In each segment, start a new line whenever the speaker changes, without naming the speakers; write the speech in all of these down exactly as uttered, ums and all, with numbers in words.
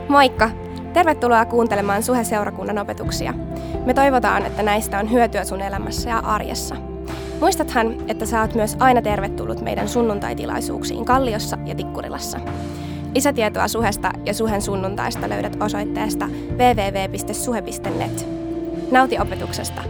Moikka! Tervetuloa kuuntelemaan Suhe-seurakunnan opetuksia. Me toivotaan, että näistä on hyötyä sun elämässä ja arjessa. Muistathan, että sä oot myös aina tervetullut meidän sunnuntaitilaisuuksiin Kalliossa ja Tikkurilassa. Lisätietoa Suhesta ja Suhen sunnuntaista löydät osoitteesta double-u double-u double-u piste suhe piste net. Nauti opetuksesta!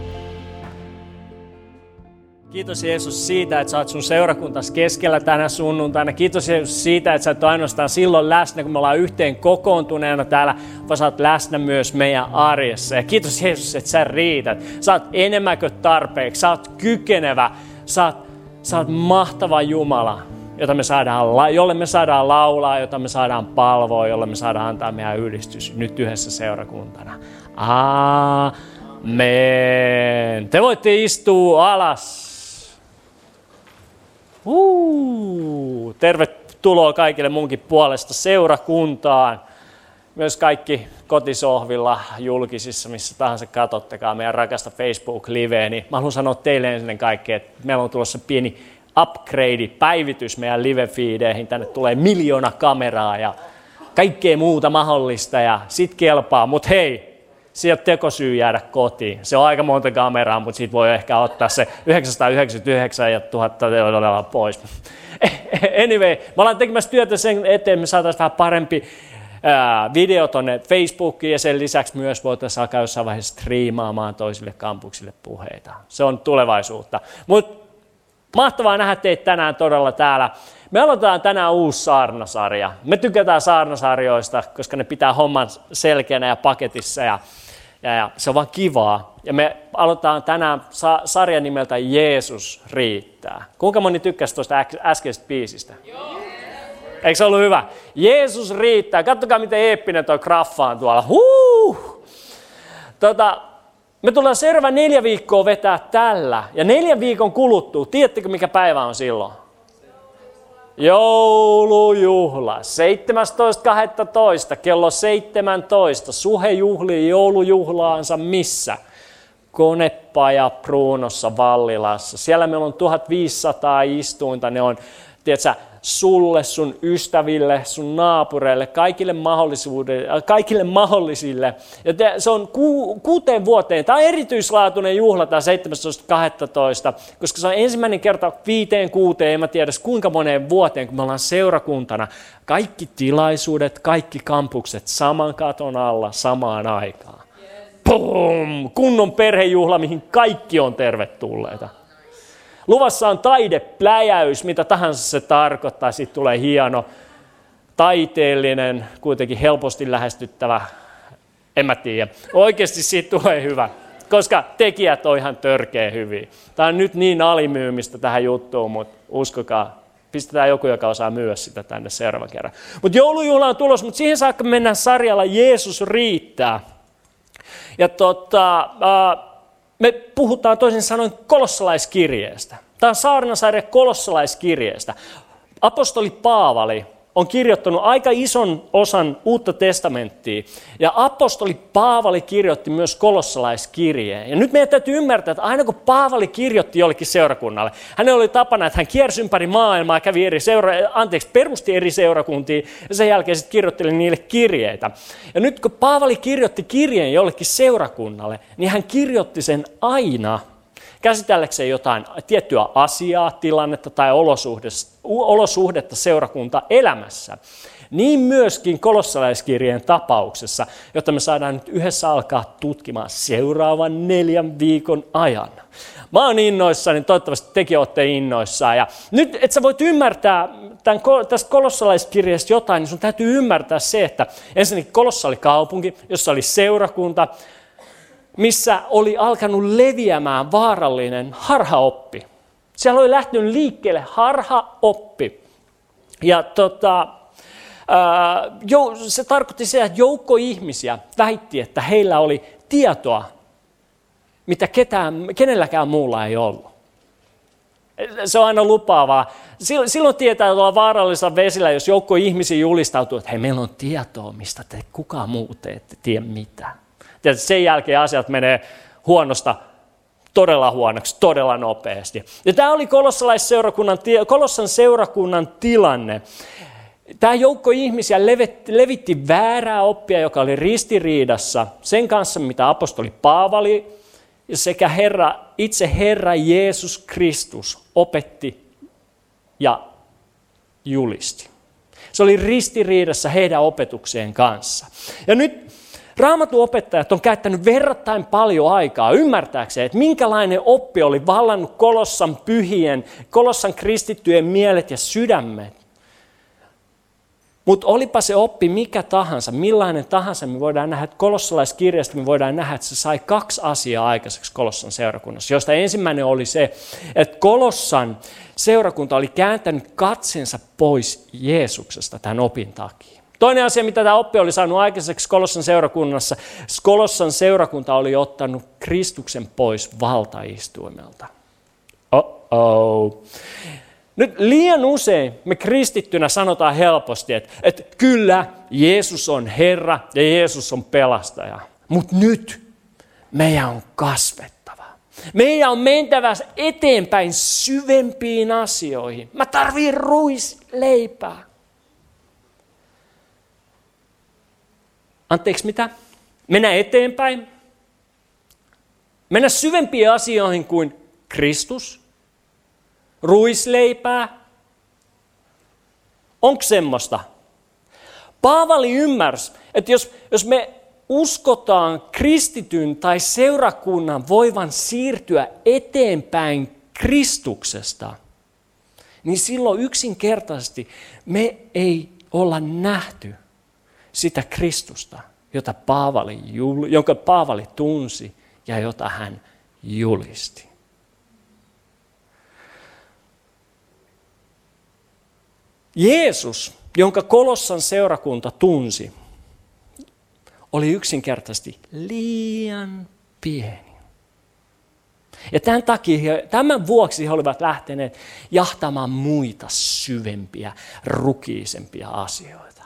Kiitos Jeesus siitä, että sä oot sun seurakuntas keskellä tänä sunnuntaina. Kiitos Jeesus siitä, että sä et ole ainoastaan silloin läsnä, kun me ollaan yhteen kokoontuneena täällä, vaan sä oot läsnä myös meidän arjessa. Ja kiitos Jeesus, että sä riität. Sä oot enemmän kuin tarpeeksi. Sä oot kykenevä. Sä oot, sä oot mahtava Jumala, jota me saadaan, jolle me saadaan laulaa, jota me saadaan palvoa, jolle me saadaan antaa meidän ylistys nyt yhdessä seurakuntana. Amen. Te voitte istua alas. Uh, tervetuloa kaikille munkin puolesta seurakuntaan. Myös kaikki kotisohvilla, julkisissa, missä tahansa katsottekaan meidän rakasta Facebook-liveä. Niin mä haluan sanoa teille ensin kaikkea, että meillä on tulossa pieni upgrade, päivitys meidän live-feedeihin. Tänne tulee miljoona kameraa ja kaikkea muuta mahdollista ja sit kelpaa. Mutta hei, sieltä tekosyy jäädä kotiin. Se on aika monta kameraa, mutta siitä voi ehkä ottaa se yhdeksänsataayhdeksänkymmentäyhdeksän ja tuhat euroa pois. Anyway, me ollaan tekemässä työtä sen eteen, me saataisiin vähän parempi ää, video tuonne Facebookiin ja sen lisäksi myös voitaisiin alkaa jossain vaiheessa striimaamaan toisille kampuksille puheita. Se on tulevaisuutta. Mutta mahtavaa nähdä teitä tänään todella täällä. Me aloitetaan tänään uusi saarnasarja. Me tykätään saarnasarjoista, koska ne pitää homman selkeänä ja paketissa ja, ja, ja se on vaan kivaa. Ja me aloitetaan tänään sa- sarjan nimeltä Jeesus riittää. Kuinka moni tykkäsi tuosta äskeisestä biisistä? Joo. Eikö se ollut hyvä? Jeesus riittää. Katsokaa miten eeppinen tuo graffa on tuolla. Huh! Tota, me tullaan seuraava neljä viikkoa vetää tällä. Ja neljän viikon kuluttua, tiedättekö mikä päivä on silloin? Joulujuhla, seitsemästoista kahdestoista kello seitsemäntoista. Suhe juhlii joulujuhlaansa missä? Konepaja Pruunossa Vallilassa. Siellä meillä on tuhatviisisataa istuinta. Ne on, tiedätkö, sulle, sun ystäville, sun naapureille, kaikille, kaikille mahdollisille. Ja te, se on ku, kuuteen vuoteen. Tämä on erityislaatuinen juhla, tämä seitsemästoista kahdestoista, koska se on ensimmäinen kerta viiteen kuuteen, en mä tiedä kuinka moneen vuoteen, kun me ollaan seurakuntana. Kaikki tilaisuudet, kaikki kampukset saman katon alla samaan aikaan. Pum! Kunnon perhejuhla, mihin kaikki on tervetulleita. Luvassa on taidepläjäys, mitä tahansa se tarkoittaa. Siitä tulee hieno, taiteellinen, kuitenkin helposti lähestyttävä. En mä tiedä. Oikeasti siitä tulee hyvä, koska tekijät on ihan törkeä hyviä. Tämä on nyt niin alimyymistä tähän juttuun, mutta uskokaa, pistetään joku, joka osaa myyä sitä tänne seuraavan kerran. Mutta joulujuhla on tulossa, mutta siihen saakka mennään sarjalla Jeesus riittää. Ja tota... Äh, Me puhutaan toisin sanoen kolossalaiskirjeestä. Tämä on saarnasarja kolossalaiskirjeestä. Apostoli Paavali on kirjoittanut aika ison osan Uutta testamenttia. Ja apostoli Paavali kirjoitti myös kolossalaiskirjeen. Ja nyt meidän täytyy ymmärtää, että aina kun Paavali kirjoitti jollekin seurakunnalle, hänellä oli tapana, että hän kiersi ympäri maailmaa, kävi eri seura- anteeksi, perusti eri seurakuntia ja sen jälkeen sitten kirjoitteli niille kirjeitä. Ja nyt kun Paavali kirjoitti kirjeen jollekin seurakunnalle, niin hän kirjoitti sen aina käsitelläkseen jotain tiettyä asiaa, tilannetta tai olosuhdetta seurakunta elämässä. Niin myöskin kolossalaiskirjeen tapauksessa, jotta me saadaan nyt yhdessä alkaa tutkimaan seuraavan neljän viikon ajan. Mä oon innoissani, niin toivottavasti tekin olette innoissaan. Ja nyt, että sä voit ymmärtää tämän, tästä kolossalaiskirjasta jotain, niin sun täytyy ymmärtää se, että ensinnäkin Kolossa oli kaupunki, jossa oli seurakunta, missä oli alkanut leviämään vaarallinen harhaoppi. Siellä oli lähtenyt liikkeelle harhaoppi. Ja tota, ää, jo, se tarkoitti sitä, että joukko ihmisiä väitti, että heillä oli tietoa, mitä ketään, kenelläkään muulla ei ollut. Se on aina lupaavaa. Silloin tietää, että ollaan vaarallisella vesillä, jos joukko ihmisiä julistautuu, että hei, meillä on tietoa, mistä te kukaan muu te ette tiedä mitään. Tietysti sen jälkeen asiat menee huonosta todella huonoksi, todella nopeasti. Ja tämä oli Kolossan seurakunnan tilanne. Tämä joukko ihmisiä levitti väärää oppia, joka oli ristiriidassa sen kanssa, mitä apostoli Paavali sekä Herra, itse Herra Jeesus Kristus opetti ja julisti. Se oli ristiriidassa heidän opetukseen kanssa. Ja nyt Raamatun opettajat on käyttänyt verrattain paljon aikaa ymmärtääkseen, että minkälainen oppi oli vallannut Kolossan pyhien, Kolossan kristittyjen mielet ja sydämet. Mutta olipa se oppi mikä tahansa, millainen tahansa, me voidaan nähdä, että kolossalaiskirjasta me voidaan nähdä, että se sai kaksi asiaa aikaiseksi Kolossan seurakunnassa, josta ensimmäinen oli se, että Kolossan seurakunta oli kääntänyt katsensa pois Jeesuksesta tämän opin takia. Toinen asia, mitä tämä oppi oli saanut aikaiseksi Kolossan seurakunnassa, Kolossan seurakunta oli ottanut Kristuksen pois valtaistuimelta. Oh-oh. Nyt liian usein me kristittynä sanotaan helposti, että, että kyllä Jeesus on Herra ja Jeesus on pelastaja, mutta nyt meidän on kasvettava. Meidän on mentävä eteenpäin syvempiin asioihin. Mä tarvitsen ruisleipää. Anteeksi mitä? Mennä eteenpäin. Mennä syvempiin asioihin kuin Kristus. Ruisleipää. Onko semmoista? Paavali ymmärsi, että jos, jos me uskotaan kristityn tai seurakunnan voivan siirtyä eteenpäin Kristuksesta, niin silloin yksinkertaisesti me ei olla nähty sitä Kristusta, jota Paavali, jonka Paavali tunsi ja jota hän julisti. Jeesus, jonka Kolossan seurakunta tunsi, oli yksinkertaisesti liian pieni. Ja tämän, takia, tämän vuoksi he olivat lähteneet jahtamaan muita syvempiä, rukiisempia asioita.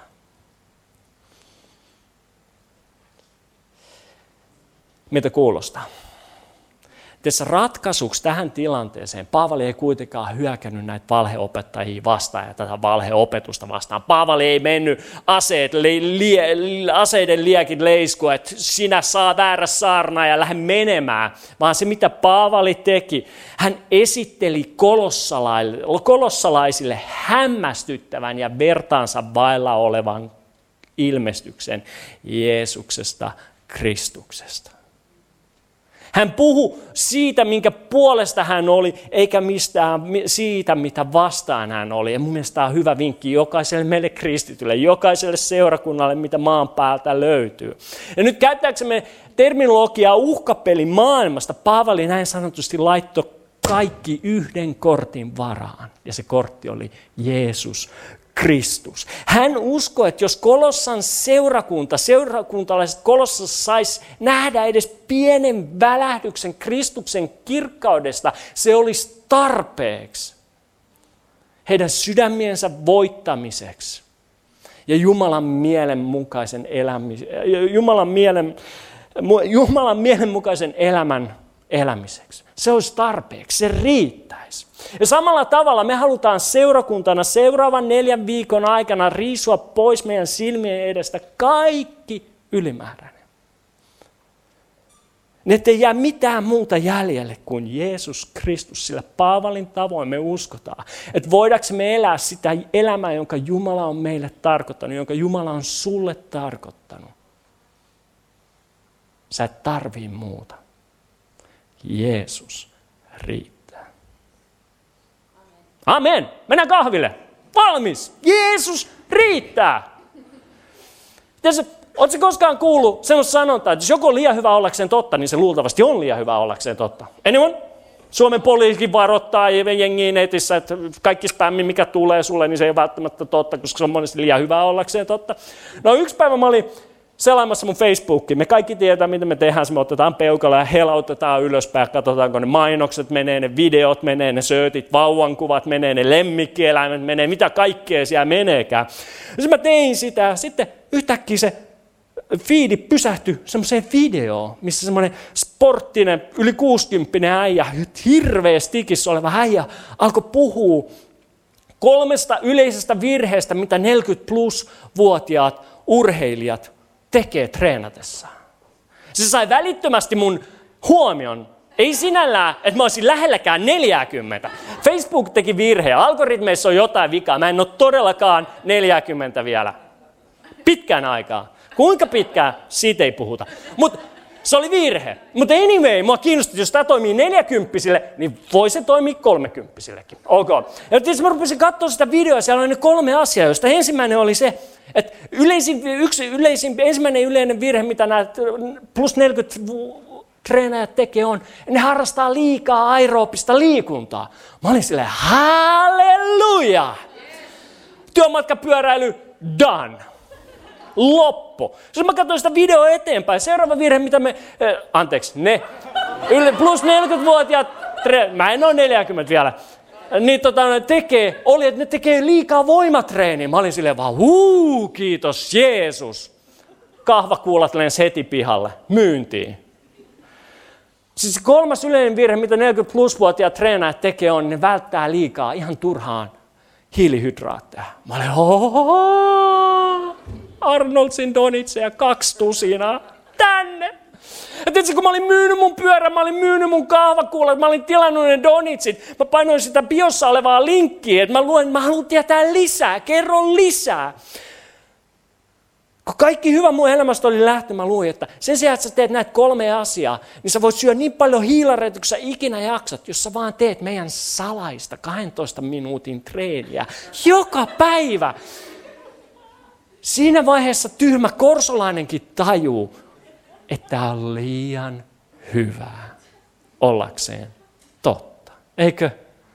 Miltä kuulostaa? Tässä ratkaisuksi tähän tilanteeseen Paavali ei kuitenkaan hyökännyt näitä valheopettajia vastaan ja tätä valheopetusta vastaan. Paavali ei mennyt aseet, li, li, aseiden liekin leiskua, että sinä saa väärä saarna ja lähde menemään. Vaan se mitä Paavali teki, hän esitteli kolossalaisille, kolossalaisille hämmästyttävän ja vertaansa vailla olevan ilmestyksen Jeesuksesta, Kristuksesta. Hän puhui siitä, minkä puolesta hän oli, eikä mistään siitä, mitä vastaan hän oli. Ja mun mielestä tämä on hyvä vinkki jokaiselle meille kristitylle, jokaiselle seurakunnalle, mitä maan päältä löytyy. Ja nyt käyttääksemme terminologiaa uhkapelin maailmasta, Paavali näin sanotusti laittoi kaikki yhden kortin varaan. Ja se kortti oli Jeesus Kristus. Hän uskoi, että jos Kolossan seurakunta, seurakuntalaiset Kolossassa sais nähdä edes pienen välähdyksen Kristuksen kirkkaudesta, se olisi tarpeeksi heidän sydämiensä voittamiseksi ja Jumalan mielenmukaisen elämisen, Jumalan mielen, Jumalan mielenmukaisen elämän elämiseksi. Se olisi tarpeeksi, se riittäisi. Ja samalla tavalla me halutaan seurakuntana seuraavan neljän viikon aikana riisua pois meidän silmien edestä kaikki ylimääräinen. Niin ettei jää mitään muuta jäljelle kuin Jeesus Kristus, sillä Paavalin tavoin me uskotaan, että voidaanko me elää sitä elämää, jonka Jumala on meille tarkoittanut, jonka Jumala on sulle tarkoittanut. Sä et tarvii muuta. Jeesus riittää. Amen. Mennään kahville. Valmis. Jeesus riittää. Oletko koskaan kuullut semmoista sanontaa, että jos joku on liian hyvä ollakseen totta, niin se luultavasti on liian hyvä ollakseen totta. Anyone? Suomen poliisikin varoittaa jengiä netissä, että kaikki spämmi, mikä tulee sulle, niin se ei ole välttämättä totta, koska se on monesti liian hyvä ollakseen totta. No yksi päivä mä olin selaamassa mun Facebookiin. Me kaikki tietää, mitä me tehdään. Me otetaan peukalla ja helautetaan ylöspäin. Katsotaan, kun ne mainokset menee, ne videot menee, ne söötit, vauvankuvat menee, ne lemmikkieläimet menee, mitä kaikkea siellä meneekään. Ja mä tein sitä. Sitten yhtäkkiä se fiidi pysähtyi semmoiseen videoon, missä semmoinen sporttinen, yli kuusikymppinen äijä, hirveä stikissä oleva äijä, alkoi puhua kolmesta yleisestä virheestä, mitä neljäkymmentä plus vuotiaat urheilijat tekee treenatessaan. Se sai välittömästi mun huomion. Ei sinällään, että mä olisin lähelläkään neljäkymmentä. Facebook teki virheen. Algoritmeissa on jotain vikaa. Mä en ole todellakaan neljäkymmentä vielä. Pitkään aikaa. Kuinka pitkään? Siitä ei puhuta. Mutta se oli virhe. Mutta anyway, mua kiinnosti, jos tämä toimii neljäkymppisille, niin voi se toimia kolmekymppисillekin. Okay. Ja tietysti mä rupesin katsoa sitä videoa, siellä oli ne kolme asiaa, josta ensimmäinen oli se, että yleisin, yksi yleisin, ensimmäinen yleinen virhe, mitä nämä plus neljäkymmentä treenaajat tekee on, ne harrastaa liikaa aerobista liikuntaa. Mä olin silleen, halleluja! Työmatkapyöräily, done. Loppu. Jos mä katsoin sitä videoa eteenpäin, seuraava virhe, mitä me, äh, anteeksi, ne, plus neljäkymmentävuotiaat, tre, mä en ole neljäkymmentä vielä, niin tota, ne tekee, oli, että ne tekee liikaa voimatreeniä. Mä olin silleen vaan, huu, kiitos Jeesus. Kahvakuulat lensi heti pihalle, myyntiin. Siis kolmas yleinen virhe, mitä neljäkymmentä plus-vuotiaat treenaajat tekee, on, ne välttää liikaa ihan turhaan hiilihydraatteja. Mä olin, ohohoho, Arnoldsin donitseja kaksi tusinaa, tänne. Ja tietysti kun mä olin myynyt mun pyörän, mä olin myynyt mun kahvakuulat, mä olin tilannut ne donitsit, mä painoin sitä biossa olevaa linkkiä, että mä luen, mä haluan tietää lisää, kerro lisää. Kun kaikki hyvä mun elämästä oli lähtö, mä luin, että sen sijaan, että sä teet näitä kolme asiaa, niin sä voit syödä niin paljon hiilareita, kun sä ikinä jaksat, jos sä vaan teet meidän salaista kahdentoista minuutin treeniä joka päivä. Siinä vaiheessa tyhmä korsolainenkin tajuu, että tämä on liian hyvää ollakseen totta. Eikö?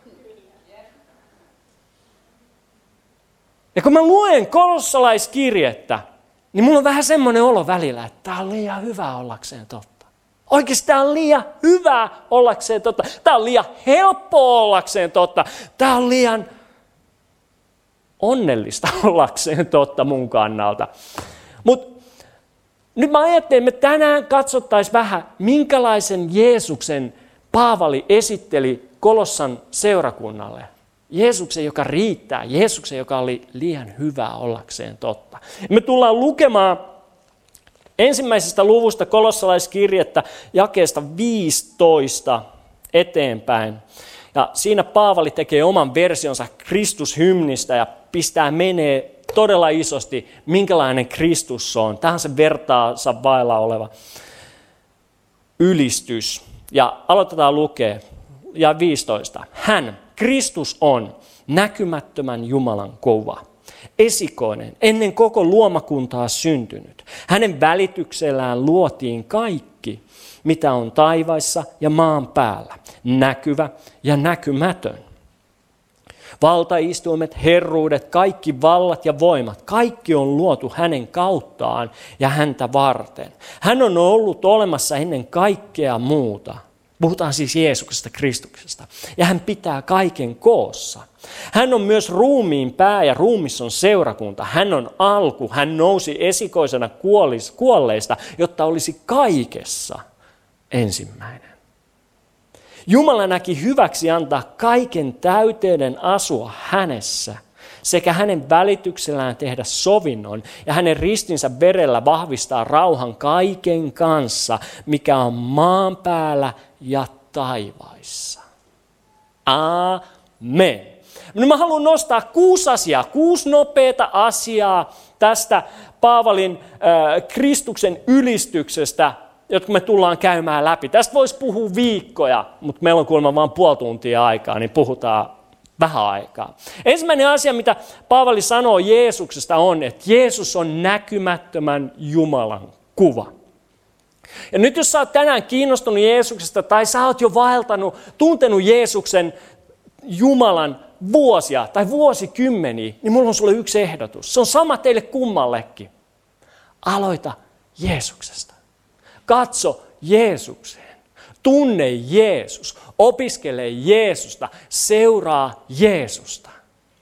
Ja kun mä luen kolossalaiskirjettä, niin mulla on vähän semmoinen olo välillä, että tämä on liian hyvä ollakseen totta. Oikeasti tämä on liian hyvä ollakseen totta. Tämä on liian helppo ollakseen totta. Tämä on liian onnellista ollakseen totta mun kannalta. Mutta nyt mä ajattelin, että me tänään katsottaisiin vähän, minkälaisen Jeesuksen Paavali esitteli Kolossan seurakunnalle. Jeesuksen, joka riittää. Jeesuksen, joka oli liian hyvä ollakseen totta. Me tullaan lukemaan ensimmäisestä luvusta kolossalaiskirjettä jakeesta viisitoista eteenpäin. Ja siinä Paavali tekee oman versionsa Kristushymnistä ja pistää menee todella isosti, minkälainen Kristus on. Tähän se vertaansa vailla oleva ylistys. Ja aloitetaan lukea. Ja viisitoista. Hän, Kristus on näkymättömän Jumalan kova, esikoinen, ennen koko luomakuntaa syntynyt. Hänen välityksellään luotiin kaikki, mitä on taivaissa ja maan päällä, näkyvä ja näkymätön. Valtaistuimet, herruudet, kaikki vallat ja voimat, kaikki on luotu hänen kauttaan ja häntä varten. Hän on ollut olemassa ennen kaikkea muuta. Puhutaan siis Jeesuksesta, Kristuksesta. Ja hän pitää kaiken koossa. Hän on myös ruumiin pää ja ruumis on seurakunta. Hän on alku. Hän nousi esikoisena kuolleista, jotta olisi kaikessa ensimmäinen. Jumala näki hyväksi antaa kaiken täyteyden asua hänessä sekä hänen välityksellään tehdä sovinnon ja hänen ristinsä verellä vahvistaa rauhan kaiken kanssa, mikä on maan päällä ja taivaissa. Amen. No mä haluan nostaa kuusi asiaa, kuusi nopeata asiaa tästä Paavalin äh, Kristuksen ylistyksestä, jotka me tullaan käymään läpi. Tästä voisi puhua viikkoja, mutta meillä on kuulemma vain puoli tuntia aikaa, niin puhutaan vähän aikaa. Ensimmäinen asia, mitä Paavali sanoo Jeesuksesta on, että Jeesus on näkymättömän Jumalan kuva. Ja nyt jos sä oot tänään kiinnostunut Jeesuksesta tai sä oot jo vaeltanut, tuntenut Jeesuksen Jumalan vuosia tai vuosikymmeniä, niin mulla on sulle yksi ehdotus. Se on sama teille kummallekin. Aloita Jeesuksesta. Katso Jeesukseen. Tunne Jeesus. Opiskele Jeesusta. Seuraa Jeesusta.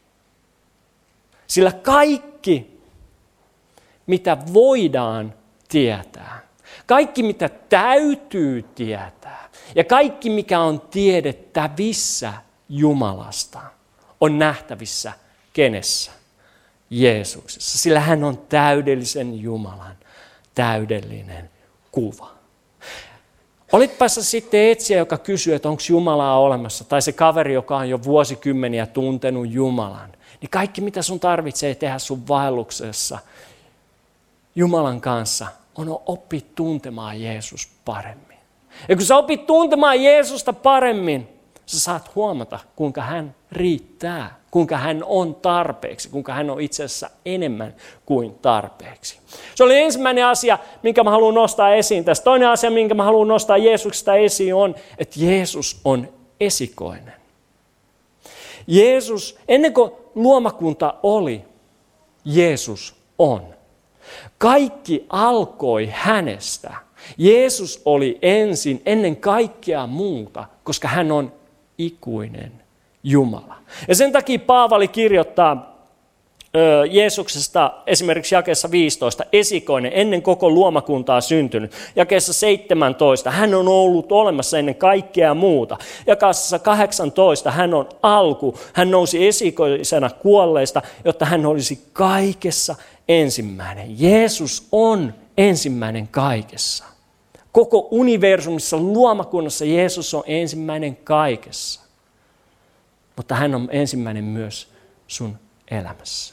Sillä kaikki, mitä voidaan tietää, kaikki, mitä täytyy tietää ja kaikki, mikä on tiedettävissä Jumalasta, on nähtävissä kenessä? Jeesuksessa, sillä hän on täydellisen Jumalan täydellinen kuva. Olitpa sä sitten etsijä, joka kysyy, että onko Jumalaa olemassa, tai se kaveri, joka on jo vuosikymmeniä tuntenut Jumalan, niin kaikki mitä sun tarvitsee tehdä sun vaelluksessa Jumalan kanssa on oppia tuntemaan Jeesus paremmin. Ja kun sä opit tuntemaan Jeesusta paremmin, sä saat huomata, kuinka hän riittää, kuinka hän on tarpeeksi, kuinka hän on itse asiassa enemmän kuin tarpeeksi. Se oli ensimmäinen asia, minkä mä haluan nostaa esiin tässä. Toinen asia, minkä mä haluan nostaa Jeesuksesta esiin on, että Jeesus on esikoinen. Jeesus, ennen kuin luomakunta oli, Jeesus on. Kaikki alkoi hänestä. Jeesus oli ensin, ennen kaikkea muuta, koska hän on ikuinen Jumala. Ja sen takia Paavali kirjoittaa ö, Jeesuksesta esimerkiksi jakeessa viisitoista, esikoinen, ennen koko luomakuntaa syntynyt. Jakeessa seitsemäntoista, hän on ollut olemassa ennen kaikkea muuta. Jakeessa kahdeksantoista, hän on alku, hän nousi esikoisena kuolleista, jotta hän olisi kaikessa ensimmäinen. Jeesus on ensimmäinen kaikessa. Koko universumissa, luomakunnassa Jeesus on ensimmäinen kaikessa. Mutta hän on ensimmäinen myös sun elämässä.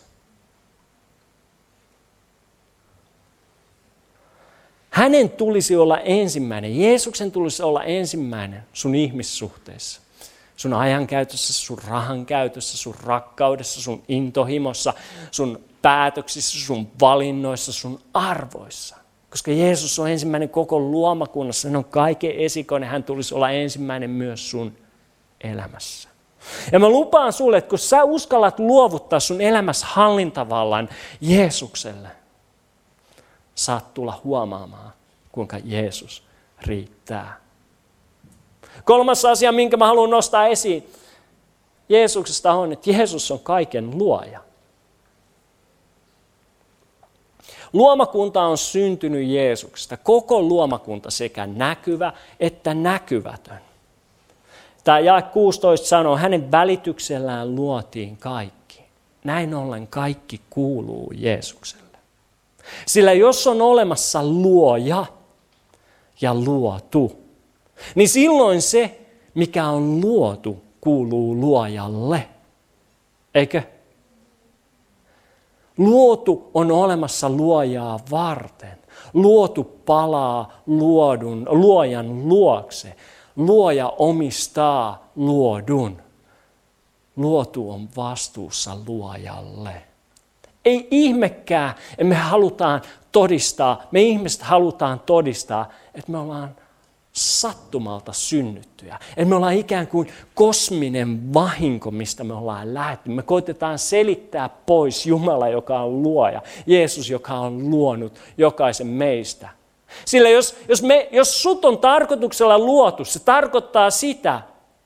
Hänen tulisi olla ensimmäinen, Jeesuksen tulisi olla ensimmäinen sun ihmissuhteissa. Sun ajankäytössä, sun rahan käytössä, sun rakkaudessa, sun intohimossa, sun päätöksissä, sun valinnoissa, sun arvoissa. Koska Jeesus on ensimmäinen koko luomakunnassa, hän on kaiken esikoinen, hän tulisi olla ensimmäinen myös sun elämässä. Ja mä lupaan sulle, että kun sä uskallat luovuttaa sun elämässä hallintavallan Jeesukselle, saat tulla huomaamaan, kuinka Jeesus riittää. Kolmas asia, minkä mä haluan nostaa esiin Jeesuksesta on, että Jeesus on kaiken luoja. Luomakunta on syntynyt Jeesuksesta, koko luomakunta sekä näkyvä että näkyvätön. Tämä jae kuusitoista sanoo, hänen välityksellään luotiin kaikki. Näin ollen kaikki kuuluu Jeesukselle. Sillä jos on olemassa luoja ja luotu, niin silloin se, mikä on luotu, kuuluu luojalle. Eikö? Luotu on olemassa luojaa varten. Luotu palaa luodun, luojan luokse. Luoja omistaa luodun. Luotu on vastuussa luojalle. Ei ihmekään, että me halutaan todistaa, me ihmiset halutaan todistaa, että me ollaan sattumalta synnyttyjä. Että me ollaan ikään kuin kosminen vahinko, mistä me ollaan lähdetty. Me koitetaan selittää pois Jumala, joka on luoja. Jeesus, joka on luonut jokaisen meistä. Sillä jos, jos, me, jos sut on tarkoituksella luotu, se tarkoittaa sitä,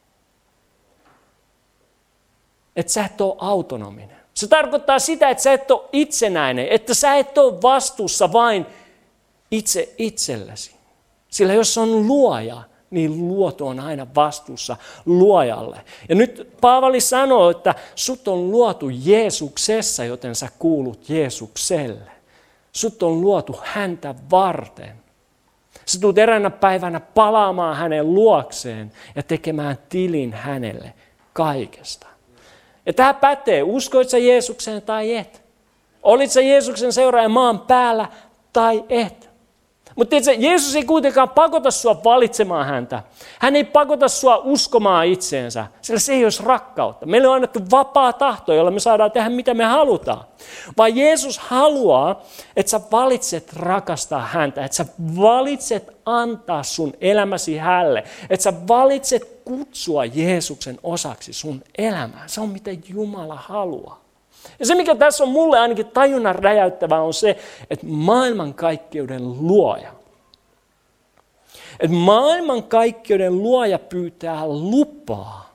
että sä et ole autonominen. Se tarkoittaa sitä, että sä et ole itsenäinen, että sä et ole vastuussa vain itse itsellesi. Sillä jos on luoja, niin luotu on aina vastuussa luojalle. Ja nyt Paavali sanoo, että sut on luotu Jeesuksessa, joten sä kuulut Jeesukselle. Sut on luotu häntä varten. Sä tulet eräänä päivänä palaamaan hänen luokseen ja tekemään tilin hänelle kaikesta. Ja tämä pätee, uskoit sä Jeesukseen tai et. Olit sä Jeesuksen seuraaja maan päällä tai et. Mutta tiedätkö, Jeesus ei kuitenkaan pakota sua valitsemaan häntä. Hän ei pakota sua uskomaan itseensä, sillä se ei olisi rakkautta. Meille on annettu vapaa tahto, jolla me saadaan tehdä mitä me halutaan. Vaan Jeesus haluaa, että sä valitset rakastaa häntä, että sä valitset antaa sun elämäsi hänelle, että sä valitset kutsua Jeesuksen osaksi sun elämää. Se on mitä Jumala haluaa. Ja se, mikä tässä on mulle ainakin tajunnan räjäyttävää, on se, että maailmankaikkeuden luoja. Että maailmankaikkeuden luoja pyytää lupaa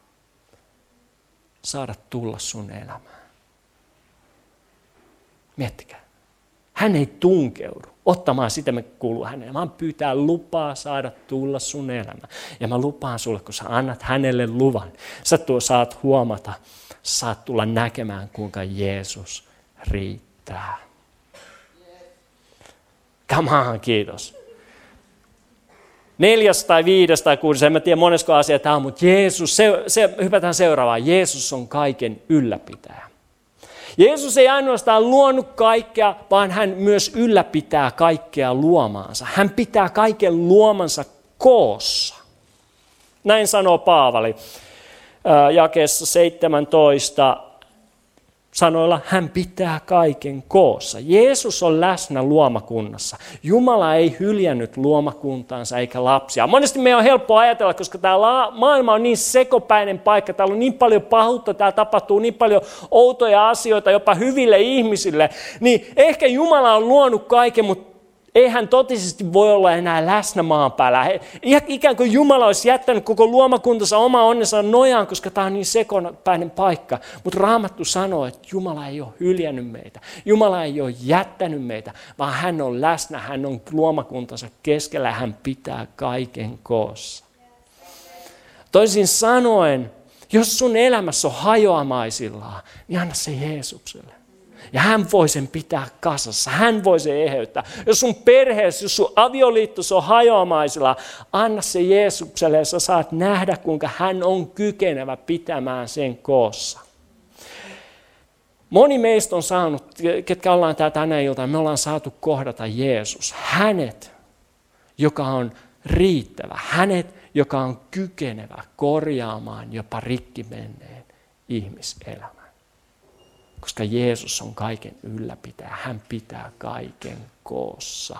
saada tulla sun elämään. Miettikää. Hän ei tunkeudu ottamaan sitä, mikä kuuluu hänelle, vaan pyytää lupaa saada tulla sun elämään. Ja mä lupaan sulle, kun sä annat hänelle luvan, sä tuo, saat huomata, saat tulla näkemään, kuinka Jeesus riittää. Come on, kiitos. Neljäs tai viides tai kuudes, en mä tiedä monesko asia tämä on, mutta Jeesus, se, se, hypätään seuraavaan. Jeesus on kaiken ylläpitäjä. Jeesus ei ainoastaan luonut kaikkea, vaan hän myös ylläpitää kaikkea luomaansa. Hän pitää kaiken luomansa koossa. Näin sanoo Paavali jakeessa seitsemäntoista sanoilla, hän pitää kaiken koossa. Jeesus on läsnä luomakunnassa. Jumala ei hyljännyt luomakuntaansa eikä lapsia. Monesti meidän on helppo ajatella, koska tämä maailma on niin sekopäinen paikka, täällä on niin paljon pahuutta, täällä tapahtuu niin paljon outoja asioita jopa hyville ihmisille, niin ehkä Jumala on luonut kaiken, mutta ei hän totisesti voi olla enää läsnä maan päällä. Ikään kuin Jumala olisi jättänyt koko luomakuntansa oma onnensa nojaan, koska tämä on niin sekopäinen paikka. Mutta Raamattu sanoo, että Jumala ei ole hyljännyt meitä. Jumala ei ole jättänyt meitä, vaan hän on läsnä. Hän on luomakuntansa keskellä ja hän pitää kaiken koossa. Toisin sanoen, jos sun elämässä on hajoamaisillaan, niin anna se Jeesukselle. Ja hän voi sen pitää kasassa, hän voi sen eheyttää. Jos sun perheessä, jos sun avioliitto on hajoamaisilla, anna se Jeesukselle ja sä saat nähdä, kuinka hän on kykenevä pitämään sen koossa. Moni meistä on saanut, ketkä ollaan täällä tänä iltana, me ollaan saatu kohdata Jeesus. Hänet, joka on riittävä, hänet, joka on kykenevä korjaamaan jopa rikki menneen ihmiselämän. Koska Jeesus on kaiken ylläpitäjä. Hän pitää kaiken koossa.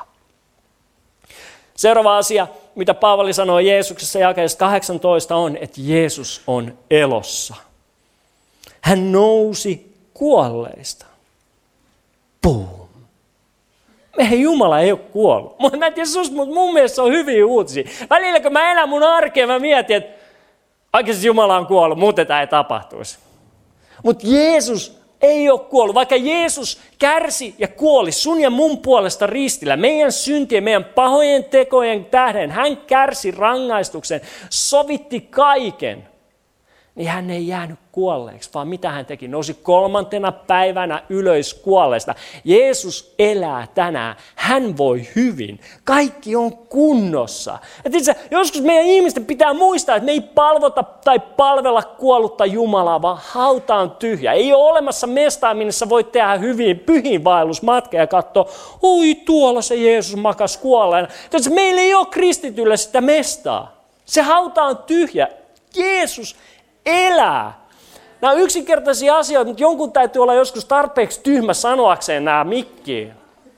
Seuraava asia, mitä Paavali sanoo Jeesuksessa jakeessa kahdeksantoista on, että Jeesus on elossa. Hän nousi kuolleista. Boom. Meidän Jumala ei ole kuollut. Mä en tiedä sus, mutta mun mielestä se on hyviä uutisia. Välillä kun mä elän mun arkea, mä mietin, että oikeasti Jumala on kuollut, muuten tämä ei tapahtuisi. Mutta Jeesus ei ole kuollut, vaikka Jeesus kärsi ja kuoli sun ja mun puolesta ristillä, meidän syntien, meidän pahojen tekojen tähden, hän kärsi rangaistuksen, sovitti kaiken, niin hän ei jäänyt kuolleeksi, vaan mitä hän teki? Nousi kolmantena päivänä ylös kuolleesta. Jeesus elää tänään, hän voi hyvin, kaikki on kunnossa. Ja tiiätkö, joskus meidän ihmisten pitää muistaa, että me ei palvota tai palvella kuollutta Jumalaa, vaan hauta on tyhjä. Ei ole olemassa mestaa, minne sä voit tehdä hyvin pyhiinvaellusmatka ja katsoa, oi tuolla se Jeesus makas kuolleena. Tiiätkö, meillä ei ole kristityllä sitä mestaa. Se hauta on tyhjä. Jeesus elää. Nämä on yksinkertaisia asioita, mutta jonkun täytyy olla joskus tarpeeksi tyhmä sanoakseen nämä mikkiin.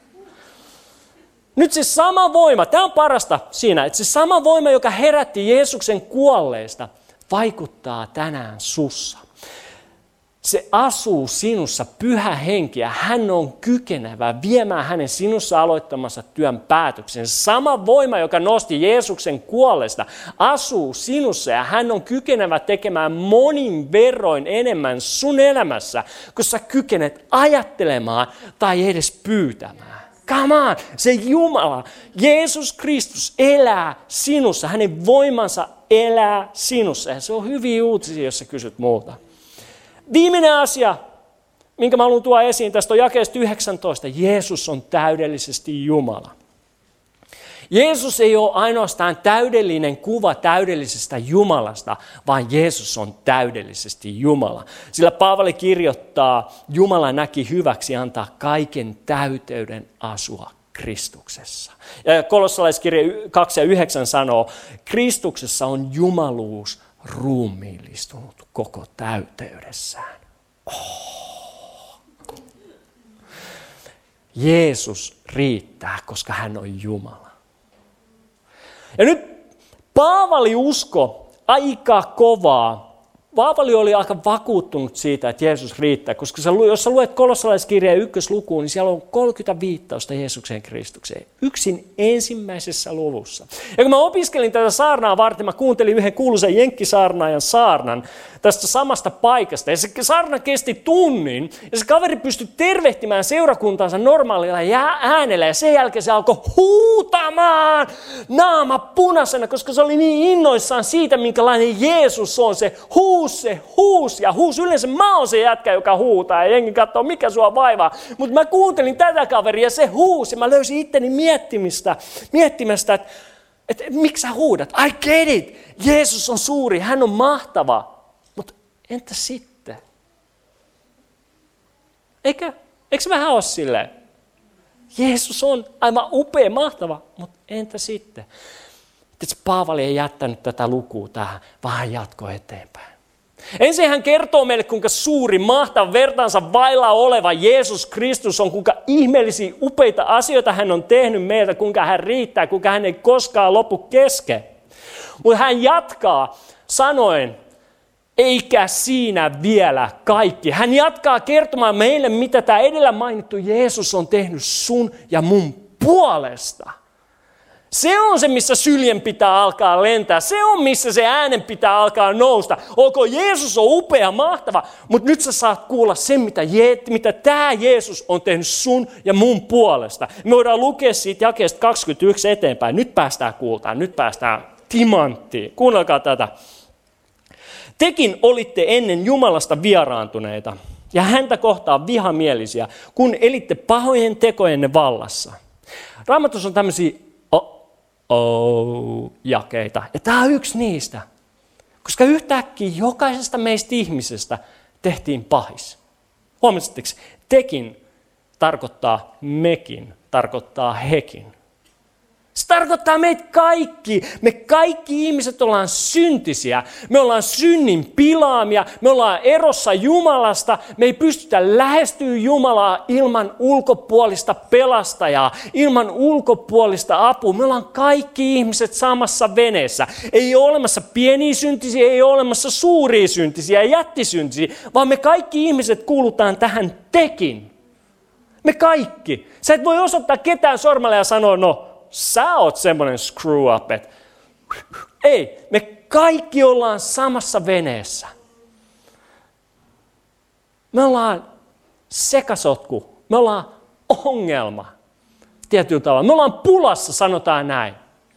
Nyt se sama voima, tämä on parasta siinä, että se sama voima, joka herätti Jeesuksen kuolleista, vaikuttaa tänään sussa. Se asuu sinussa, pyhä henki, ja hän on kykenevä viemään hänen sinussa aloittamansa työn päätöksen. Sama voima, joka nosti Jeesuksen kuolleesta, asuu sinussa ja hän on kykenevä tekemään monin verroin enemmän sun elämässä, kun sä kykenet ajattelemaan tai edes pyytämään. Come on, se Jumala, Jeesus Kristus elää sinussa, hänen voimansa elää sinussa ja se on hyviä uutisia, jos sä kysyt muuta. Viimeinen asia, minkä mä haluan tuoda esiin, tästä on jakeesta yhdeksäntoista. Jeesus on täydellisesti Jumala. Jeesus ei ole ainoastaan täydellinen kuva täydellisestä Jumalasta, vaan Jeesus on täydellisesti Jumala. Sillä Paavali kirjoittaa, Jumala näki hyväksi antaa kaiken täyteyden asua Kristuksessa. Ja kolossalaiskirja kaksi ja yhdeksän sanoo, Kristuksessa on jumaluus ruumiillistunut koko täyteydessään. Oh. Jeesus riittää, koska hän on Jumala. Ja nyt Paavali usko aika kovaa Paavali oli aika vakuuttunut siitä, että Jeesus riittää, koska sä, jos sä luet kolossalaiskirjeen ykköslukuun, niin siellä on kolmekymmentä viittausta Jeesukseen Kristukseen. Yksin ensimmäisessä luvussa. Ja kun mä opiskelin tätä saarnaa varten, mä kuuntelin yhden kuuluisen jenkkisaarnaajan saarnan tästä samasta paikasta. Ja se saarna kesti tunnin, ja se kaveri pystyi tervehtimään seurakuntaansa normaalilla äänellä, ja sen jälkeen se alkoi huutamaan naama punaisena, koska se oli niin innoissaan siitä, minkälainen Jeesus on. Se huus, se huus ja huus. Yleensä mä oon se jätkä, joka huutaa, ja jengi katsoo, mikä sua vaivaa. Mutta mä kuuntelin tätä kaveria, ja se huus, ja mä löysin itteni miettimistä, miettimästä, että, että miksi sä huudat? I get it! Jeesus on suuri, hän on mahtava. Mutta entä sitten? Eikö? Eikö se vähän ole silleen? Jeesus on aivan upea, mahtava, mutta entä sitten? Tietysti Paavali ei jättänyt tätä lukua tähän, vaan hän jatkoi eteenpäin. Ensin hän kertoo meille, kuinka suuri, mahtava, vertaansa vailla oleva Jeesus Kristus on, kuinka ihmeellisiä, upeita asioita hän on tehnyt meiltä, kuinka hän riittää, kuinka hän ei koskaan lopu kesken. Mutta hän jatkaa sanoen, eikä siinä vielä kaikki. Hän jatkaa kertomaan meille, mitä tämä edellä mainittu Jeesus on tehnyt sun ja mun puolesta. Se on se, missä syljen pitää alkaa lentää. Se on, missä se äänen pitää alkaa nousta. Ok, Jeesus on upea, mahtava, mutta nyt sä saat kuulla sen, mitä, Je- mitä tämä Jeesus on tehnyt sun ja mun puolesta. Me voidaan lukea siitä jakeesta kaksikymmentäyksi eteenpäin. Nyt päästään kuultaan, nyt päästään timanttiin. Kuunnelkaa tätä. Tekin olitte ennen Jumalasta vieraantuneita ja häntä kohtaan vihamielisiä, kun elitte pahojen tekojenne vallassa. Raamatussa on tämmöisiä oh-oh-jakeita, ja tämä on yksi niistä, koska yhtäkkiä jokaisesta meistä ihmisestä tehtiin pahis. Huomasitteko? Tekin tarkoittaa mekin, tarkoittaa hekin. Se tarkoittaa meitä kaikki. Me kaikki ihmiset ollaan syntisiä. Me ollaan synnin pilaamia. Me ollaan erossa Jumalasta. Me ei pystytä lähestyä Jumalaa ilman ulkopuolista pelastajaa, ilman ulkopuolista apua. Me ollaan kaikki ihmiset samassa veneessä. Ei ole olemassa pieniä syntisiä, ei ole olemassa suuria syntisiä ja jättisyntisiä, vaan me kaikki ihmiset kuulutaan tähän tekin. Me kaikki. Sä et voi osoittaa ketään sormella ja sanoa, no, sä oot semmoinen screw up, että ei, me kaikki ollaan samassa veneessä. Me ollaan sekasotku, me ollaan ongelma tietyllä tavalla. Me ollaan pulassa, sanotaan näin.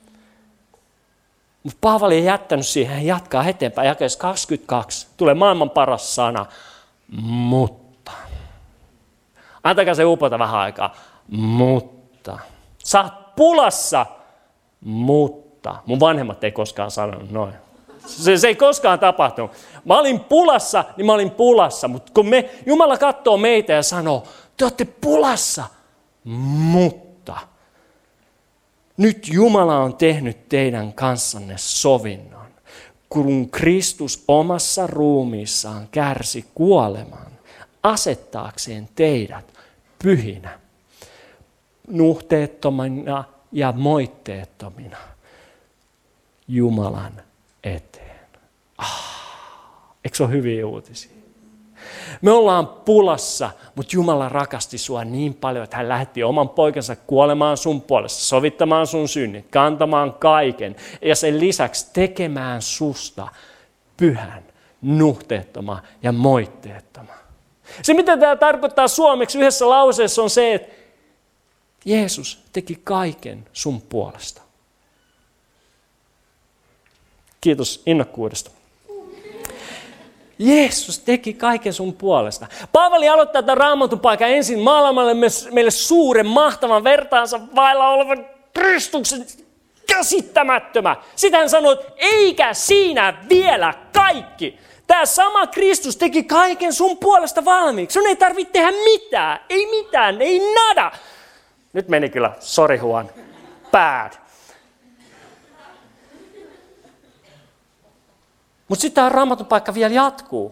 Mutta Paavali ei jättänyt siihen, hän jatkaa eteenpäin. Jakeessa kaksikymmentäkaksi tulee maailman paras sana, mutta. Antakaa se upota vähän aikaa, mutta. Sä oot pulassa, mutta. Mun vanhemmat ei koskaan sanonut noin. Se, se ei koskaan tapahtunut. Mä olin pulassa, niin mä olin pulassa. Mutta kun me, Jumala katsoo meitä ja sanoo, te olette pulassa, mutta. Nyt Jumala on tehnyt teidän kanssanne sovinnon, kun Kristus omassa ruumiissaan kärsi kuoleman, asettaakseen teidät pyhinä, nuhteettomina ja moitteettomina Jumalan eteen. Ah, eikö se ole hyviä uutisia? Me ollaan pulassa, mutta Jumala rakasti sua niin paljon, että hän lähetti oman poikansa kuolemaan sun puolesta, sovittamaan sun synnit, kantamaan kaiken ja sen lisäksi tekemään susta pyhän, nuhteettoman ja moitteettoman. Se, mitä tämä tarkoittaa suomeksi yhdessä lauseessa, on se, että Jeesus teki kaiken sun puolesta. Kiitos innokkuudesta. Jeesus teki kaiken sun puolesta. Paavali aloittaa tämän raamatun paikan ensin maalaamalle meille suuren, mahtavan, vertaansa vailla olevan Kristuksen käsittämättömä. Sitten hän sanoi, että eikä siinä vielä kaikki. Tämä sama Kristus teki kaiken sun puolesta valmiiksi. Sun ei tarvitse tehdä mitään, ei mitään, ei nada. Nyt meni kyllä, sorry Juan, bad. Mutta sitten tämä raamatun paikka vielä jatkuu.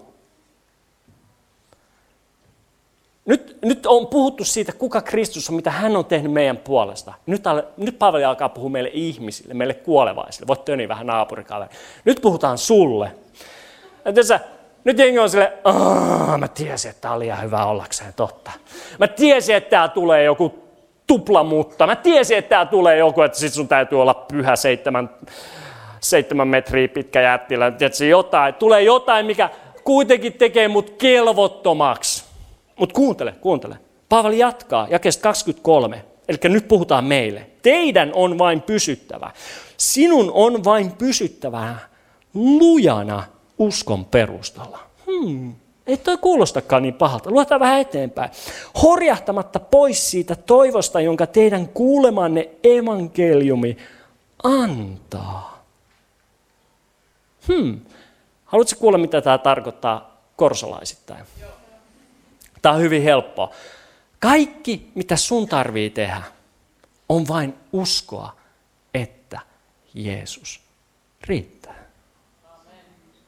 Nyt, nyt on puhuttu siitä, kuka Kristus on, mitä hän on tehnyt meidän puolesta. Nyt, nyt Paavali alkaa puhua meille ihmisille, meille kuolevaisille. Voit töniä vähän naapurikaveri. Nyt puhutaan sulle. Tiedätkö, Nyt jengi on silleen, mä tiesin, että tää on liian hyvä ollakseen totta. Mä tiesin, että tää tulee joku tuplamutta. Mä tiesin, että tää tulee joku, että sit sun täytyy olla pyhä seitsemän, seitsemän metriä pitkä jättilä. Tiedätkö, jotain. Tulee jotain, mikä kuitenkin tekee mut kelvottomaksi. Mut kuuntele, kuuntele. Paavali jatkaa jakeesta kaksikymmentäkolme. Eli nyt puhutaan meille. Teidän on vain pysyttävä. Sinun on vain pysyttävä lujana uskon perustalla. Hmm. Ei toi kuulostakaan niin pahalta. Luetaan vähän eteenpäin. Horjahtamatta pois siitä toivosta, jonka teidän kuulemanne evankeliumi antaa. Hmm. Haluatko kuulla, mitä tämä tarkoittaa korsolaisittain? Joo. Tämä on hyvin helppoa. Kaikki, mitä sun tarvii tehdä, on vain uskoa, että Jeesus riittää. Amen.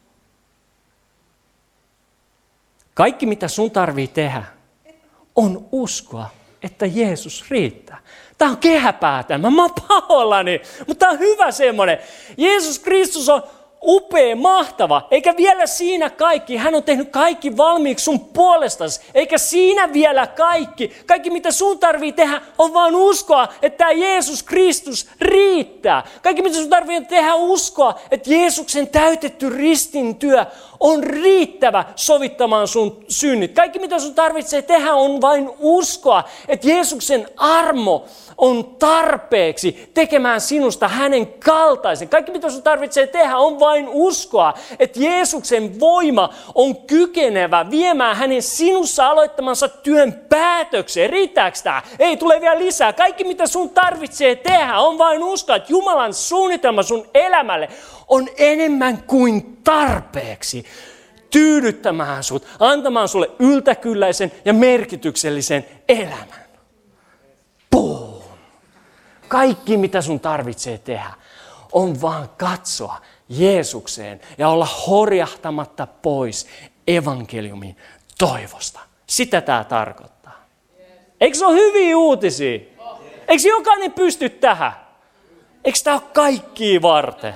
Kaikki, mitä sun tarvii tehdä, on uskoa, että Jeesus riittää. Tämä on kehäpäätelmä, mä oon pahoillani, mutta tämä on hyvä semmoinen. Jeesus Kristus on upea, mahtava, eikä vielä siinä kaikki. Hän on tehnyt kaikki valmiiksi sun puolestasi, eikä siinä vielä kaikki. Kaikki mitä sun tarvii tehdä on vaan uskoa, että tämä Jeesus Kristus riittää. Kaikki mitä sun tarvii tehdä uskoa, että Jeesuksen täytetty ristin työ on riittävä sovittamaan sun synnit. Kaikki mitä sun tarvitsee tehdä on vain uskoa, että Jeesuksen armo on tarpeeksi tekemään sinusta hänen kaltaisen. Kaikki mitä sun tarvitsee tehdä on vain uskoa, että Jeesuksen voima on kykenevä viemään hänen sinussa aloittamansa työn päätökseen. Riittääkö tämä? Ei, tule vielä lisää. Kaikki mitä sun tarvitsee tehdä on vain uskoa, että Jumalan suunnitelma sun elämälle on enemmän kuin tarpeeksi tyydyttämään sut, antamaan sulle yltäkylläisen ja merkityksellisen elämän. Boom! Kaikki, mitä sun tarvitsee tehdä, on vaan katsoa Jeesukseen ja olla horjahtamatta pois evankeliumin toivosta. Sitä tämä tarkoittaa. Eikö se ole hyviä uutisia? Eikö jokainen pysty tähän? Eikö tämä ole kaikkia varten?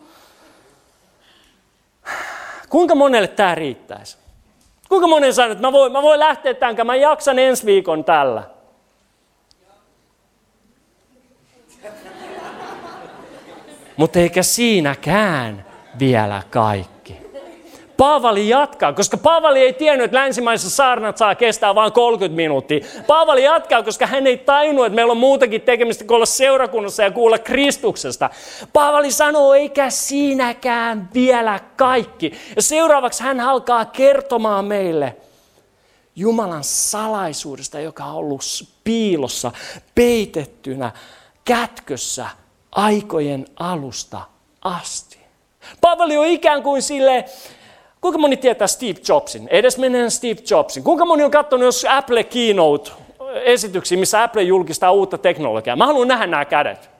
Kuinka monelle tämä riittäisi? Kuinka monen sanoo, että mä voin, mä voin lähteä tämän, mä jaksan ensi viikon tällä? Mutta eikä siinäkään vielä kaikki. Paavali jatkaa, koska Paavali ei tiennyt, että länsimaisessa saarnat saa kestää vain kolmekymmentä minuuttia. Paavali jatkaa, koska hän ei tajunnut, että meillä on muutakin tekemistä kuin olla seurakunnassa ja kuulla Kristuksesta. Paavali sanoo, eikä siinäkään vielä kaikki. Ja seuraavaksi hän alkaa kertomaan meille Jumalan salaisuudesta, joka on ollut piilossa, peitettynä, kätkössä aikojen alusta asti. Paavali on ikään kuin silleen, kuinka moni tietää Steve Jobsin? Edes mennään Steve Jobsin. Kuinka moni on katsonut jos Apple Keynote-esityksiä, missä Apple julkistaa uutta teknologiaa? Mä haluan nähdä nämä kädet.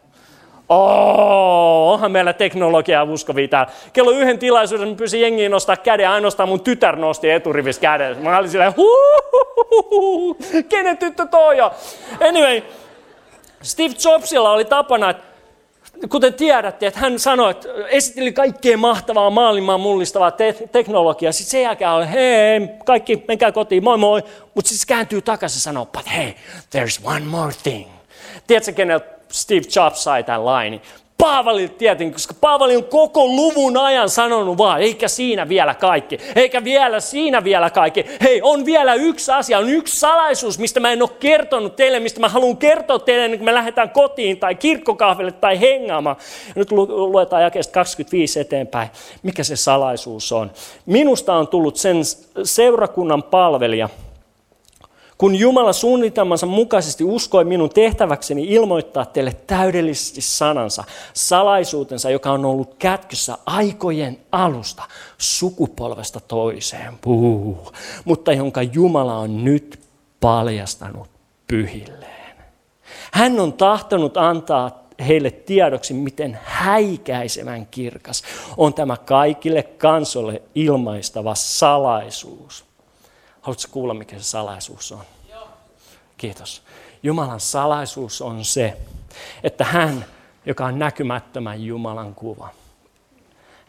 Oh, onhan meillä teknologiaa uskovia täällä. Kello yhden tilaisuuden mä pyysin jengiä nostaa käden, ainoastaan mun tytär nosti eturivissä käden. Mä olin silleen, huuhuhuhu, kenen tyttö toi on? Anyway, Steve Jobsilla oli tapana, että kuten tiedätte, että hän sanoi, että esitteli kaikkea mahtavaa, maailmaa mullistavaa te- teknologiaa. Sitten sen jälkeen oli, hei, kaikki menkää kotiin, moi moi. Mutta sitten se kääntyy takaisin ja sanoo, but hey, there's one more thing. Tiedätkö, keneltä Steve Jobs sai tämän lainin? Paavalilta tietenkin, koska Paavali on koko luvun ajan sanonut vaan, eikä siinä vielä kaikki, eikä vielä siinä vielä kaikki. Hei, on vielä yksi asia, on yksi salaisuus, mistä mä en ole kertonut teille, mistä mä haluan kertoa teille, ennen kuin me lähdetään kotiin tai kirkkokahville tai hengaamaan. Ja nyt luetaan jakeesta kaksikymmentäviisi eteenpäin, mikä se salaisuus on. Minusta on tullut sen seurakunnan palvelija, kun Jumala suunnitelmansa mukaisesti uskoi minun tehtäväkseni ilmoittaa teille täydellisesti sanansa, salaisuutensa, joka on ollut kätkössä aikojen alusta, sukupolvesta toiseen, Puh. mutta jonka Jumala on nyt paljastanut pyhilleen. Hän on tahtonut antaa heille tiedoksi, miten häikäisevän kirkas on tämä kaikille kansoille ilmaistava salaisuus. Haluatko kuulla, mikä se salaisuus on? Joo. Kiitos. Jumalan salaisuus on se, että hän, joka on näkymättömän Jumalan kuva,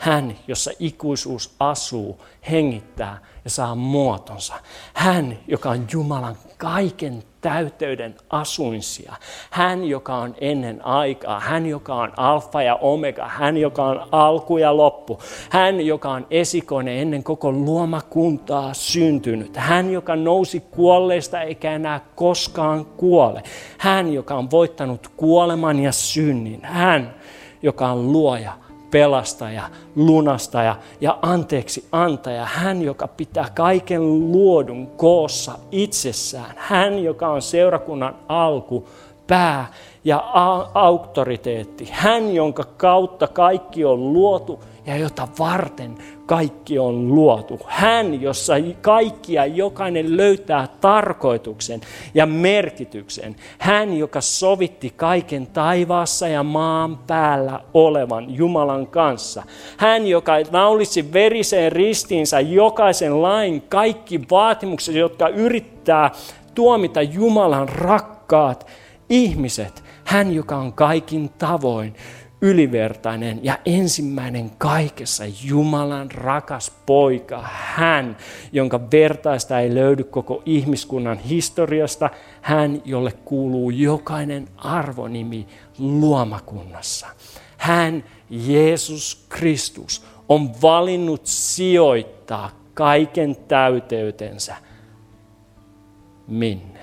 Hän, jossa ikuisuus asuu, hengittää ja saa muotonsa. Hän, joka on Jumalan kaiken täyteyden asuinsia. Hän, joka on ennen aikaa. Hän, joka on alfa ja omega. Hän, joka on alku ja loppu. Hän, joka on esikoinen ennen koko luomakuntaa syntynyt. Hän, joka nousi kuolleista eikä enää koskaan kuole. Hän, joka on voittanut kuoleman ja synnin. Hän, joka on luoja, pelastaja, lunastaja ja anteeksi antaja. Hän, joka pitää kaiken luodun koossa itsessään. Hän, joka on seurakunnan alku, pää ja auktoriteetti. Hän, jonka kautta kaikki on luotu ja jota varten kaikki on luotu. Hän, jossa kaikki ja jokainen löytää tarkoituksen ja merkityksen. Hän, joka sovitti kaiken taivaassa ja maan päällä olevan Jumalan kanssa. Hän, joka naulitsi veriseen ristiinsä jokaisen lain kaikki vaatimukset, jotka yrittää tuomita Jumalan rakkaat ihmiset. Hän, joka on kaikin tavoin ylivertainen ja ensimmäinen kaikessa, Jumalan rakas poika. Hän, jonka vertaista ei löydy koko ihmiskunnan historiasta. Hän, jolle kuuluu jokainen arvonimi luomakunnassa. Hän, Jeesus Kristus, on valinnut sijoittaa kaiken täyteytensä. Minne?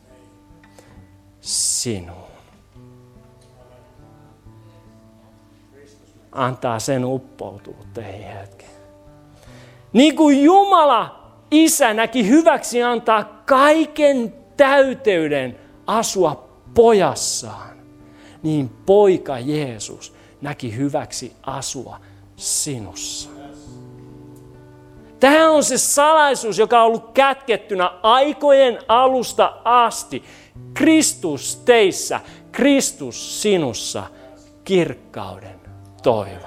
Sinuun. Antaa sen uppoutua teihin hetken. Niin kuin Jumala, Isä, näki hyväksi antaa kaiken täyteyden asua pojassaan, niin poika Jeesus näki hyväksi asua sinussa. Tämä on se salaisuus, joka on ollut kätkettynä aikojen alusta asti. Kristus teissä, Kristus sinussa, kirkkauden toivo.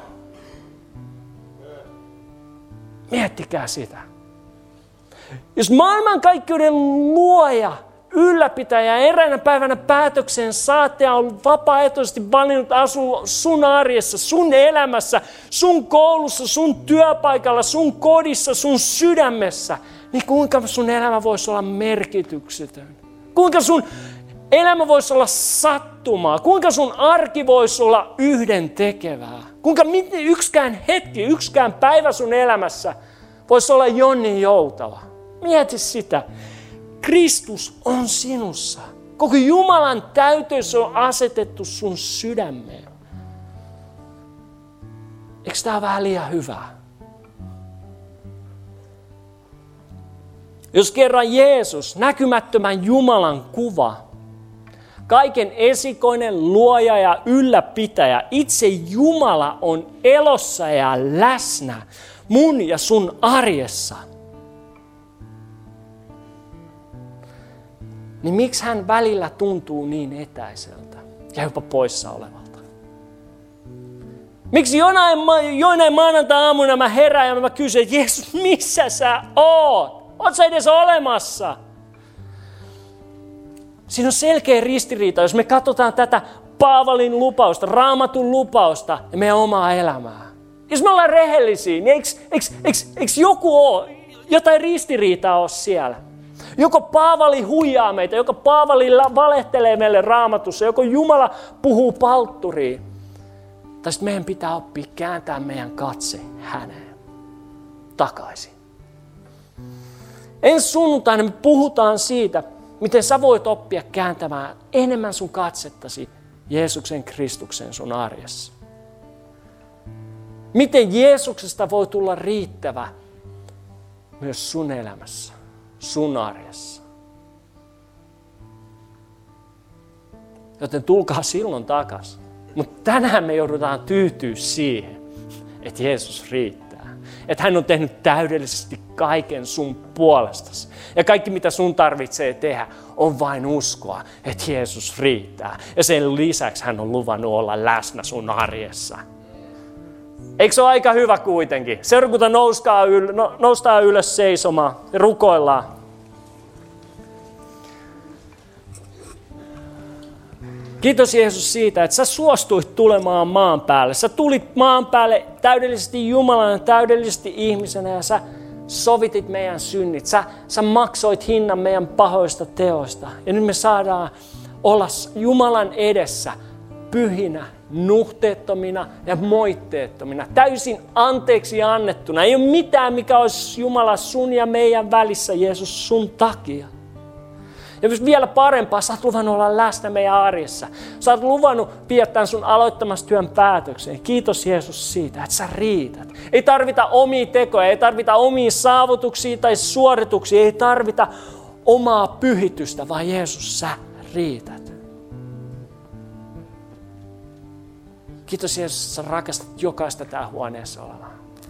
Miettikää sitä. Jos maailmankaikkeuden luoja, ylläpitäjä eräänä päivänä päätökseen saattaja on vapaaehtoisesti valinnut asua sun arjessa, sun elämässä, sun koulussa, sun työpaikalla, sun kodissa, sun sydämessä, niin kuinka sun elämä voisi olla merkityksetön? Kuinka sun elämä voisi olla sattumaa? Kuinka sun arki voisi olla yhdentekevää? Kuinka yksikään hetki, yksikään päivä sun elämässä voisi olla jonnin joutava? Mieti sitä. Kristus on sinussa. Koko Jumalan täyteys on asetettu sun sydämeen. Eikö tämä ole vähän liian hyvää? Jos kerran Jeesus, näkymättömän Jumalan kuva, kaiken esikoinen, luoja ja ylläpitäjä, itse Jumala on elossa ja läsnä mun ja sun arjessa, niin miksi hän välillä tuntuu niin etäiseltä ja jopa poissa olevalta? Miksi jonain, jonain maanantai-aamuna mä herään ja mä kysyn, että Jeesus, missä sä oot? Oot sä edes olemassa? Siinä on selkeä ristiriita, jos me katsotaan tätä Paavalin lupausta, Raamatun lupausta ja meidän omaa elämää. Jos me ollaan rehellisiä, niin eikö, eikö, eikö, eikö joku ole, jotain ristiriitaa ole siellä? Joko Paavali huijaa meitä, joko Paavali valehtelee meille Raamatussa, joko Jumala puhuu paltturiin. Tai sitten meidän pitää oppia kääntää meidän katse häneen takaisin. Ensi sunnuntaina me puhutaan siitä, miten sä voit oppia kääntämään enemmän sun katsettasi Jeesuksen Kristuksen sun arjessa. Miten Jeesuksesta voi tulla riittävä myös sun elämässä, sun arjessa. Joten tulkaa silloin takaisin. Mutta tänään me joudutaan tyytyä siihen, että Jeesus riittää. Että hän on tehnyt täydellisesti kaiken sun puolestasi. Ja kaikki mitä sun tarvitsee tehdä on vain uskoa, että Jeesus riittää. Ja sen lisäksi hän on luvannut olla läsnä sun arjessa. Eikö se ole aika hyvä kuitenkin? Seurakunta noustaa ylös, noustaa ylös seisomaan ja rukoillaan. Kiitos Jeesus siitä, että sä suostuit tulemaan maan päälle. Sä tulit maan päälle täydellisesti Jumalana, täydellisesti ihmisenä ja sä sovitit meidän synnit. Sä, sä maksoit hinnan meidän pahoista teoista. Ja nyt me saadaan olla Jumalan edessä pyhinä, nuhteettomina ja moitteettomina. Täysin anteeksi annettuna. Ei ole mitään, mikä olisi Jumala sun ja meidän välissä, Jeesus, sun takia. Ja vielä parempaa, sä oot luvannut olla läsnä meidän arjessa. Sä oot luvannut viettää sun aloittamassa työn päätökseen. Kiitos Jeesus siitä, että sä riität. Ei tarvita omia tekoja, ei tarvita omia saavutuksia tai suorituksia, ei tarvita omaa pyhitystä, vaan Jeesus, sä riität. Kiitos Jeesus, että sä rakastat jokaista tää huoneessa olevaa.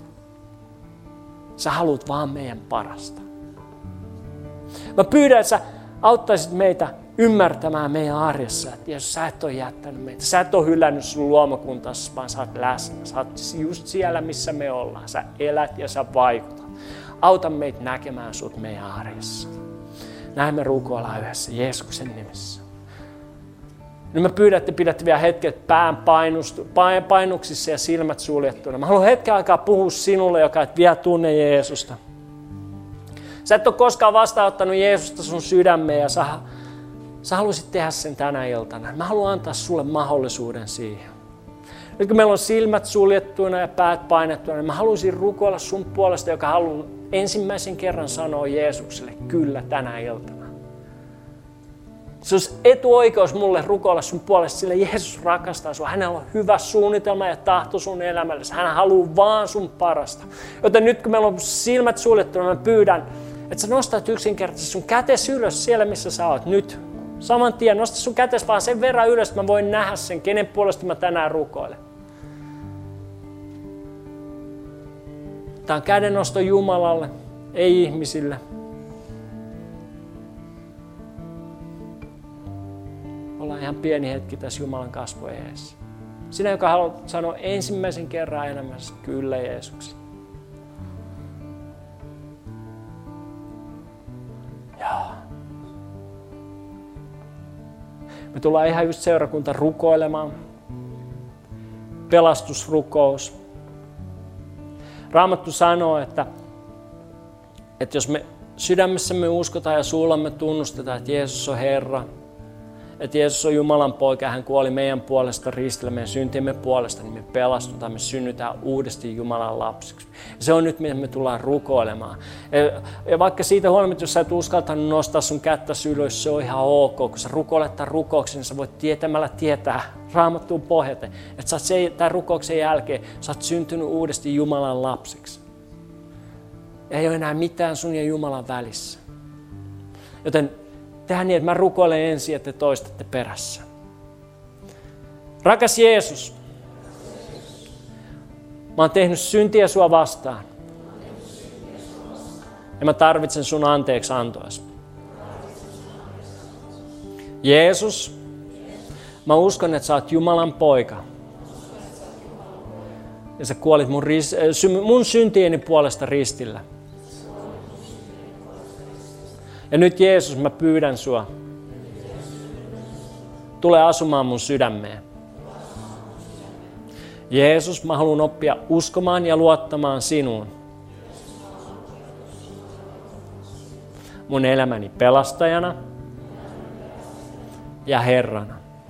Sä haluat vaan meidän parasta. Mä pyydän, että sä auttaisit meitä ymmärtämään meidän arjessa, että Jeesus, sä et ole jättänyt meitä. Sä et ole hylännyt sun luomakuntasi, vaan sä oot läsnä. Sä oot just siellä, missä me ollaan. Sä elät ja sä vaikutat. Auta meitä näkemään sut meidän arjessa. Näin me rukoillaan yhdessä Jeesuksen nimessä. Nyt mä pyydän, että pidätte vielä hetket pään painuksissa ja silmät suljettuna. Mä haluan hetken aikaa puhua sinulle, joka et vielä tunne Jeesusta. Sä et ole koskaan vastaanottanut Jeesusta sun sydämeen ja sä, sä haluaisit tehdä sen tänä iltana. Mä haluan antaa sulle mahdollisuuden siihen. Nyt kun meillä on silmät suljettuina ja päät painettuina, niin mä haluaisin rukoilla sun puolesta, joka haluaa ensimmäisen kerran sanoa Jeesukselle kyllä tänä iltana. Se olisi etuoikeus mulle rukoilla sun puolesta, sillä Jeesus rakastaa sua. Hänellä on hyvä suunnitelma ja tahto sun elämällesi. Hän haluaa vaan sun parasta. Joten nyt kun meillä on silmät suljettuna, mä pyydän, että sä nostat yksinkertaisesti sun kätes ylös siellä, missä sä oot nyt. Saman tien nosta sun kätes vaan sen verran ylös, että mä voin nähdä sen, kenen puolesta mä tänään rukoilen. Tää on kädennosto Jumalalle, ei ihmisille. Ollaan ihan pieni hetki tässä Jumalan kasvojen edessä. Sinä, joka haluat sanoa ensimmäisen kerran elämässä kyllä Jeesukselle. Joo. Me tullaan ihan just seurakunta rukoilemaan. Pelastusrukous. Raamattu sanoo, että, että jos me sydämessämme uskotaan ja suullamme tunnustetaan, että Jeesus on Herra, että Jeesus on Jumalan poika ja hän kuoli meidän puolesta ristillä, meidän syntiemme puolesta, niin me pelastutaan, me synnytään uudesti Jumalan lapsiksi. Ja se on nyt, mitä me tullaan rukoilemaan. Ja, ja vaikka siitä huolimatta, jos sä et uskaltanut nostaa sun kättä ylös, se on ihan ok. Kun sä rukoilet tämän rukouksen, niin sä voit tietämällä tietää Raamattuun pohjaten, että sä oot se, tämän rukouksen jälkeen sä oot syntynyt uudesti Jumalan lapsiksi. Ei ole enää mitään sun ja Jumalan välissä. Joten tehdään niin, että mä rukoilen ensin, että te toistatte perässä. Rakas Jeesus, mä oon tehnyt syntiä sua vastaan. Ja mä tarvitsen sun anteeksi antoasi. Jeesus, mä uskon, että sä oot Jumalan poika. Ja sä kuolit mun, mun syntieni puolesta ristillä. Ja nyt Jeesus, mä pyydän sua, tule asumaan mun sydämeen. Jeesus, mä haluan oppia uskomaan ja luottamaan sinuun. Mun elämäni pelastajana ja Herrana.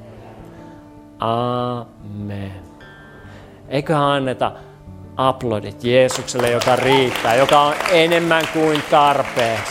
Amen. Eiköhän anneta aplodit Jeesukselle, joka riittää, joka on enemmän kuin tarpeeksi.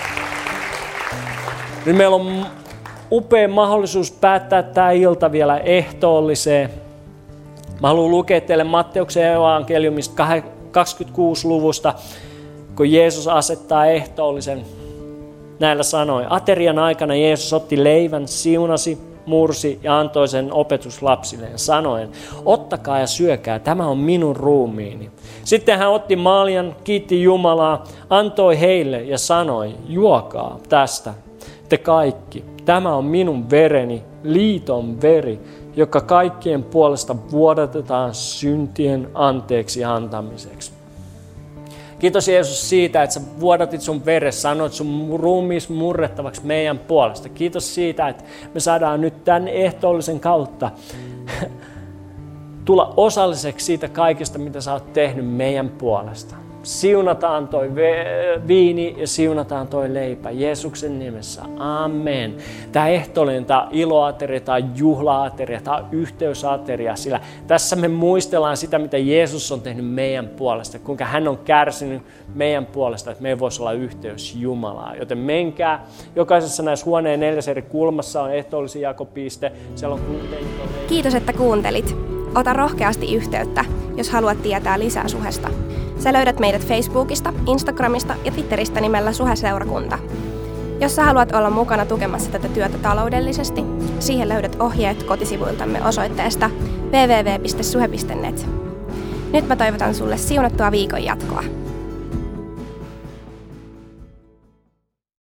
Nyt meillä on upea mahdollisuus päättää tämä ilta vielä ehtoolliseen. Mä haluan lukea teille Matteuksen evankeliumista kaksikymmentäkuusi luvusta, kun Jeesus asettaa ehtoollisen näillä sanoin. Aterian aikana Jeesus otti leivän, siunasi, mursi ja antoi sen opetuslapsilleen sanoen, ottakaa ja syökää, tämä on minun ruumiini. Sitten hän otti maljan, kiitti Jumalaa, antoi heille ja sanoi, juokaa tästä. Te kaikki, tämä on minun vereni, liiton veri, joka kaikkien puolesta vuodatetaan syntien anteeksi antamiseksi. Kiitos Jeesus siitä, että sä vuodatit sun veressä, sanoit sun ruumiis murrettavaksi meidän puolesta. Kiitos siitä, että me saadaan nyt tämän ehtoollisen kautta tulla osalliseksi siitä kaikesta, mitä sä oot tehnyt meidän puolesta. Siunataan toi viini ja siunataan toi leipä Jeesuksen nimessä. Amen. Tämä ehtoollinen, tämä iloateria, tämä juhlaateria, tämä yhteysateria, sillä tässä me muistellaan sitä, mitä Jeesus on tehnyt meidän puolesta, kuinka hän on kärsinyt meidän puolesta, että meillä voisi olla yhteys Jumalaan. Joten menkää, jokaisessa näissä huoneen neljäs eri kulmassa on ehtoollisen jakopiste, siellä on gluteenitton leipä.
Kiitos, että kuuntelit. Ota rohkeasti yhteyttä, jos haluat tietää lisää Suhesta. Sä löydät meidät Facebookista, Instagramista ja Twitteristä nimellä Suhe-seurakunta. Jos sä haluat olla mukana tukemassa tätä työtä taloudellisesti, siihen löydät ohjeet kotisivuiltamme osoitteesta double-u double-u double-u piste suhe piste net. Nyt mä toivotan sulle siunattua viikon jatkoa.